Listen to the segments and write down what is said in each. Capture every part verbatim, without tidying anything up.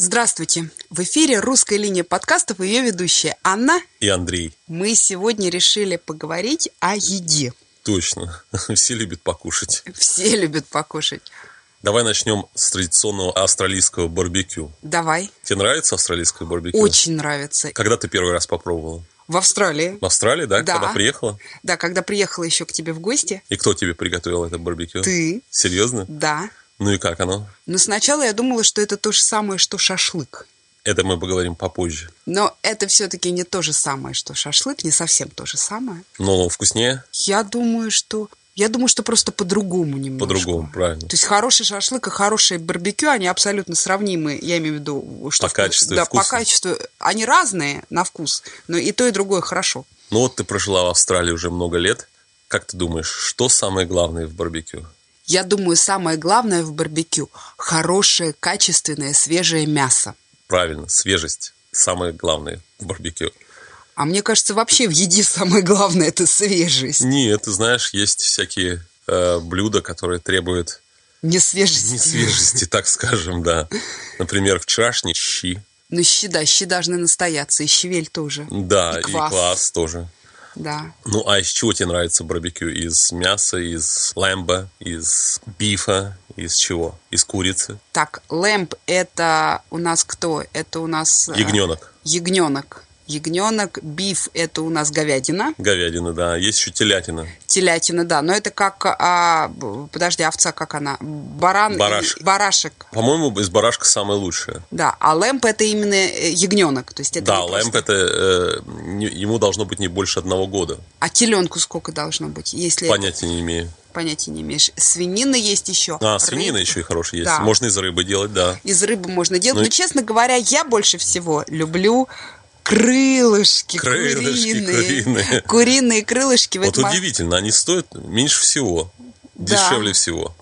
Здравствуйте! В эфире «Русская линия подкастов» и ее ведущая Анна и Андрей. Мы сегодня решили поговорить о еде. Точно. Все любят покушать. Все любят покушать. Давай начнем с традиционного австралийского барбекю. Давай. Тебе нравится австралийское барбекю? Очень нравится. Когда ты первый раз попробовала? В Австралии. В Австралии, да? Да. Когда приехала? Да, когда приехала еще к тебе в гости. И кто тебе приготовил это барбекю? Ты. Серьезно? Да. Ну и как оно? Но сначала я думала, что это то же самое, что шашлык. Это мы поговорим попозже. Но это все-таки не то же самое, что шашлык, не совсем то же самое. Но вкуснее? Я думаю, что... Я думаю, что просто по-другому немножко. По-другому, правильно. То есть хороший шашлык и хорошее барбекю, они абсолютно сравнимы, я имею в виду... Что по качеству да, и вкусу? По качеству. Они разные на вкус, но и то, и другое хорошо. Ну вот ты прожила в Австралии уже много лет. Как ты думаешь, что самое главное в барбекю? Я думаю, самое главное в барбекю – хорошее, качественное, свежее мясо. Правильно, свежесть. Самое главное в барбекю. А мне кажется, вообще в еде самое главное – это свежесть. Нет, ты знаешь, есть всякие э, блюда, которые требуют... Не свежести. Не свежести, так скажем, да. Например, вчерашние щи. Ну, щи, да, щи должны настояться, и щавель тоже. Да, и и квас, и квас тоже. Да. Ну, а из чего тебе нравится барбекю? Из мяса, из лэмба, из бифа, из чего? Из курицы? Так, лэмб – это у нас кто? Это у нас... Ягненок. Ягненок. Ягненок, биф – это у нас говядина. Говядина, да. Есть еще телятина. Телятина, да. Но это как, а, подожди, овца как она? Баран. Барашек. Барашек. По-моему, из барашка самое лучшее. Да, а лэмб – это именно ягненок. То есть это да, не лэмб – просто... это э, не, ему должно быть не больше одного года. А теленку сколько должно быть? Если Понятия это... не имею. Понятия не имеешь. Свинина есть еще. А, свинина еще и хорошая есть. Да. Можно из рыбы делать, да. Из рыбы можно делать. Ну, Но, честно говоря, я больше всего люблю... Крылышки, крылышки куриные. куриные. Куриные крылышки. Вот этом... удивительно, они стоят меньше всего, да. дешевле всего.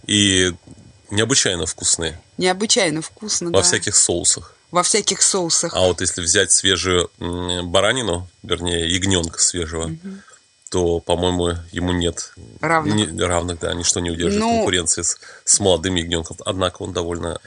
И необычайно вкусные. Необычайно вкусно, Во да. всяких соусах. Во всяких соусах. А вот если взять свежую баранину, вернее, ягненка свежего, угу. то, по-моему, ему нет равных. Не, равных, да, ничто не удержит ну... конкуренции с, с молодым ягненком. Однако он довольно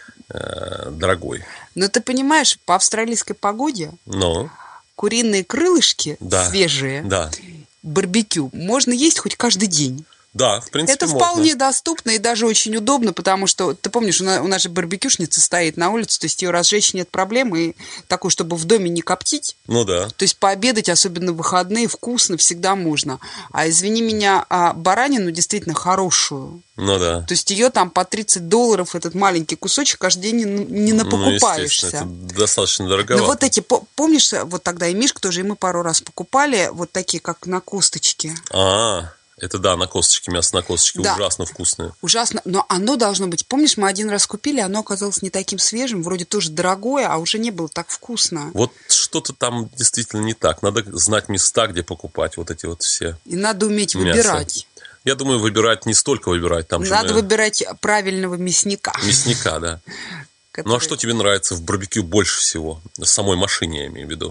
э, дорогой. Но ты понимаешь, по австралийской погоде Но... куриные крылышки да. свежие, да. барбекю можно есть хоть каждый день. Да, в принципе, это можно. вполне доступно и даже очень удобно, потому что, ты помнишь, у нас, у нас же барбекюшница стоит на улице, то есть ее разжечь нет проблем, и такой, чтобы в доме не коптить. Ну да. То есть пообедать, особенно в выходные, вкусно всегда можно. А извини меня, а баранину действительно хорошую. Ну да. То есть ее там по тридцать долларов, этот маленький кусочек, каждый день не, не напокупаешься. Ну, это достаточно дороговато. Но вот эти, помнишь, вот тогда и Мишка тоже, и мы пару раз покупали, вот такие, как на косточке. А-а-а. Это да, на косточке, мясо на косточке, да. Ужасно вкусное. Ужасно, но оно должно быть, помнишь, мы один раз купили, оно оказалось не таким свежим, вроде тоже дорогое, а уже не было так вкусно. Вот что-то там действительно не так, надо знать места, где покупать вот эти вот все. И надо уметь мясо. Выбирать. Я думаю, выбирать не столько выбирать. Там надо же, выбирать правильного мясника. Мясника, да. Который... Ну а что тебе нравится в барбекю больше всего? В самой машине, я имею в виду.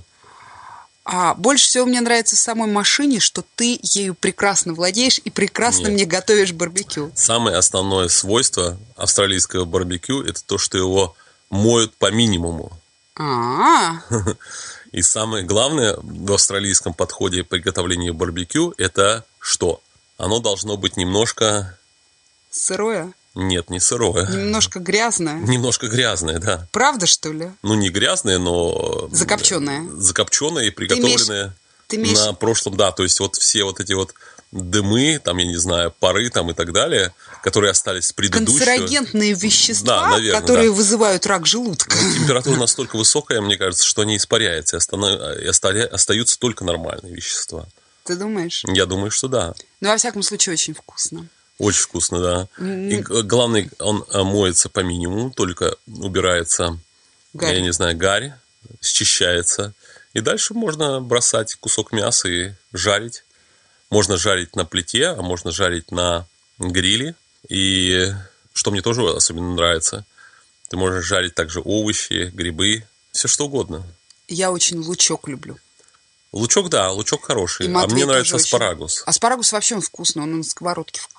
А больше всего мне нравится в самой машине, что ты ею прекрасно владеешь и прекрасно Нет. мне готовишь барбекю. Самое основное свойство австралийского барбекю – это то, что его моют по минимуму. А-а-а. И самое главное в австралийском подходе приготовления барбекю – это что? Оно должно быть немножко… Сырое? Нет, не сырое. Немножко грязное? Немножко грязное, да. Правда, что ли? Ну, не грязное, но… Закопченое. Закопченое и приготовленное ты имеешь... на прошлом… Да, то есть вот все вот эти вот дымы, там, я не знаю, пары там и так далее, которые остались с предыдущего… Канцерогенные вещества, да, наверное, которые да. вызывают рак желудка. Но температура настолько высокая, мне кажется, что они испаряются, и, останов... и остали... остаются только нормальные вещества. Ты думаешь? Я думаю, что да. Ну, во всяком случае, очень вкусно. Очень вкусно, да. Mm-hmm. И главное, он моется по минимуму, только убирается, гарь. я не знаю, гарь, счищается. И дальше можно бросать кусок мяса и жарить. Можно жарить на плите, а можно жарить на гриле. И что мне тоже особенно нравится, ты можешь жарить также овощи, грибы, все что угодно. Я очень лучок люблю. Лучок, да, лучок хороший. А мне нравится аспарагус. Очень... Аспарагус вообще он вкусный, он на сковородке вкусный.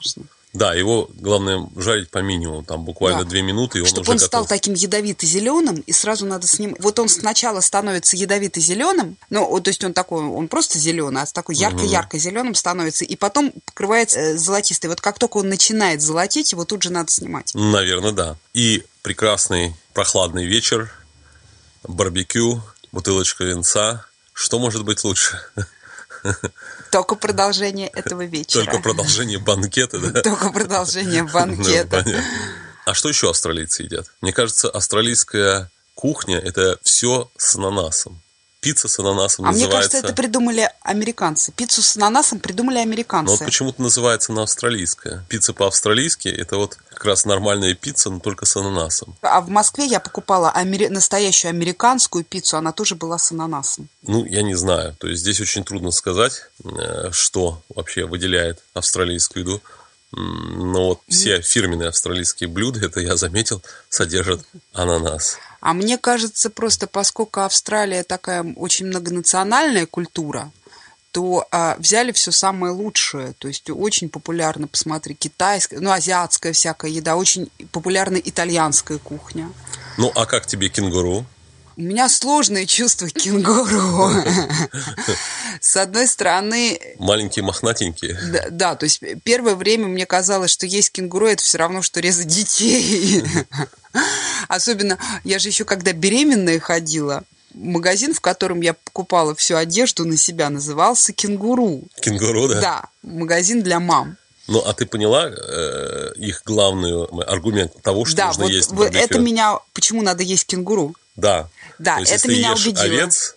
Да, его главное жарить по минимуму, там буквально да. две минуты, и он Чтобы уже он готов. стал таким ядовито-зеленым, и сразу надо с ним... Вот он сначала становится ядовито-зеленым, ну, то есть он такой, он просто зеленый, а такой ярко-ярко-зеленым становится, и потом покрывается золотистой. Вот как только он начинает золотеть, его тут же надо снимать. Наверное, да. И прекрасный прохладный вечер, барбекю, бутылочка винца. Что может быть лучше? Только продолжение этого вечера. Только продолжение банкета, да? Только продолжение банкета. Да, а что еще австралийцы едят? Мне кажется, австралийская кухня – это все с ананасом. Пицца с ананасом а называется... А мне кажется, это придумали американцы. Пиццу с ананасом придумали американцы. Но вот почему-то называется она австралийская. Пицца по-австралийски – это вот как раз нормальная пицца, но только с ананасом. А в Москве я покупала амери... настоящую американскую пиццу, она тоже была с ананасом. Ну, я не знаю. То есть здесь очень трудно сказать, что вообще выделяет австралийскую еду. Но вот все фирменные австралийские блюда, это я заметил, содержат ананас. А мне кажется, просто поскольку Австралия такая очень многонациональная культура, то а, взяли все самое лучшее. То есть очень популярна, посмотри, китайская, ну, азиатская всякая еда, очень популярна итальянская кухня. Ну, а как тебе кенгуру? У меня сложные чувства к кенгуру. С одной стороны... Маленькие, мохнатенькие. Да, да, то есть первое время мне казалось, что есть кенгуру, это все равно, что резать детей. Особенно, я же еще когда беременная ходила, магазин, в котором я покупала всю одежду на себя, назывался «Кенгуру». Кенгуру, да? Да, магазин для мам. Ну, а ты поняла э, их главный аргумент того, что да, нужно вот, есть вот барбекю? это меня... Почему надо есть кенгуру? Да. Да, то есть, это если меня ешь убедило. овец,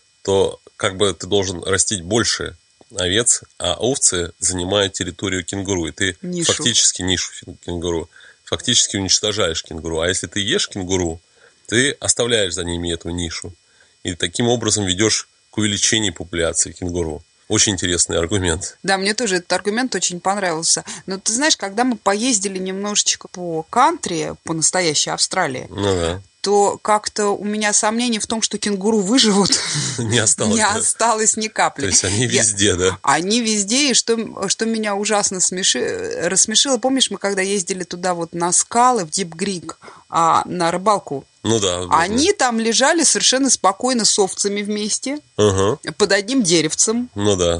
то как бы ты должен растить больше овец, а овцы занимают территорию кенгуру. И ты нишу. фактически нишу кенгуру. Фактически уничтожаешь кенгуру. А если ты ешь кенгуру, ты оставляешь за ними эту нишу. И таким образом ведешь к увеличению популяции кенгуру. Очень интересный аргумент. Да, мне тоже этот аргумент очень понравился. Но ты знаешь, когда мы поездили немножечко по кантри, по настоящей Австралии, ну, да. то как-то у меня сомнений в том, что кенгуру выживут, не осталось, не да? осталось ни капли. То есть они везде, Я... да? Они везде, и что, что меня ужасно смеши... рассмешило, помнишь, мы когда ездили туда вот на скалы, в Дип-Грик, а, на рыбалку, ну да. они да. там лежали совершенно спокойно с овцами вместе, угу. под одним деревцем, ну да.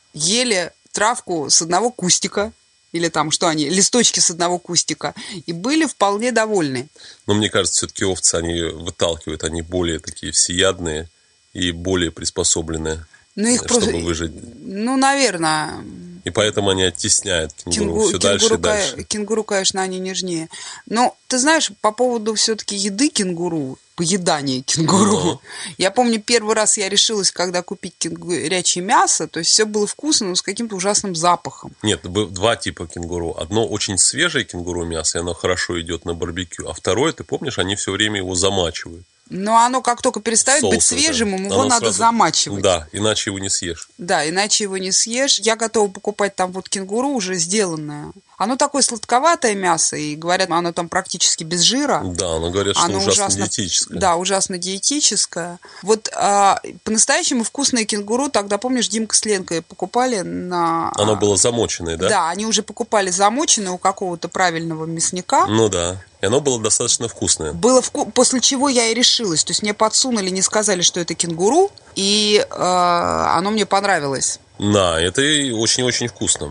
ели травку с одного кустика, или там, что они, листочки с одного кустика, и были вполне довольны. Но мне кажется, все-таки овцы, они выталкивают, они более такие всеядные и более приспособленные, ну, их чтобы просто... выжить. Ну, наверное. И поэтому они оттесняют кенгуру Кенгу... все кенгуру, дальше и дальше. Кенгуру, конечно, они нежнее. Но, ты знаешь, по поводу все-таки еды кенгуру, поедания кенгуру, но. Я помню, первый раз я решилась, когда купить кенгурячье мясо, то есть все было вкусно, но с каким-то ужасным запахом. Нет, два типа кенгуру. Одно очень свежее кенгуру мясо, и оно хорошо идет на барбекю. А второе, ты помнишь, они все время его замачивают. Но оно как только перестает Соусы, быть свежим, да. его оно надо сразу... замачивать. Да, иначе его не съешь. Да, иначе его не съешь. Я готова покупать там вот кенгуру уже сделанное. Оно такое сладковатое мясо, и говорят, оно там практически без жира. Да, оно говорят, что оно ужасно, ужасно диетическое. Да, ужасно диетическое. Вот а, по-настоящему вкусное кенгуру, тогда, помнишь, Димка с Ленкой покупали на... Оно было замоченное, да? Да, они уже покупали замоченное у какого-то правильного мясника. Ну да. И оно было достаточно вкусное. Было вку... После чего я и решилась. То есть мне подсунули, не сказали, что это кенгуру, и э, оно мне понравилось. Да, это очень-очень вкусно.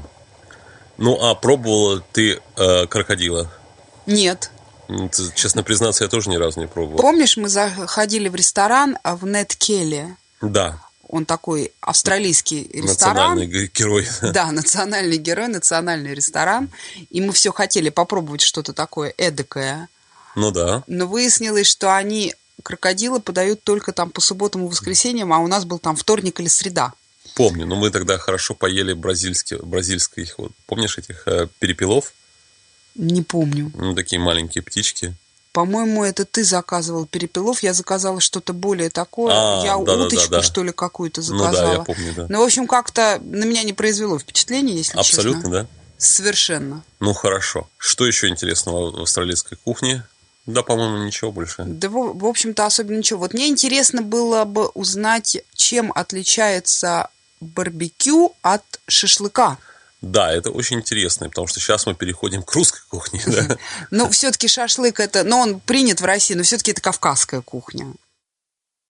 Ну, а пробовала ты э, крокодила? Нет. Честно признаться, я тоже ни разу не пробовал. Помнишь, мы заходили в ресторан в Нет-Келли? Да. Он такой австралийский ресторан. Национальный герой. Да, национальный герой, национальный ресторан. И мы все хотели попробовать что-то такое эдакое. Ну да. Но выяснилось, что они крокодилы подают только там по субботам и воскресеньям, а у нас был там вторник или среда. Помню, но мы тогда хорошо поели бразильских, бразильских, вот, помнишь этих э, перепелов? Не помню. Ну, такие маленькие птички. По-моему, это ты заказывал перепелов, я заказала что-то более такое. А, я да, уточку, да, да, да. что ли, какую-то заказала. Ну да, я помню, да. Ну, в общем, как-то на меня не произвело впечатление, если Абсолютно, честно. да? Совершенно. Ну, хорошо. Что еще интересного в австралийской кухне? Да, по-моему, ничего больше. Да, в, в общем-то, особенно ничего. Вот мне интересно было бы узнать, чем отличается барбекю от шашлыка. Да, это очень интересно, потому что сейчас мы переходим к русской кухне. Да? Ну, все-таки шашлык это, ну, он принят в России, но все-таки это кавказская кухня.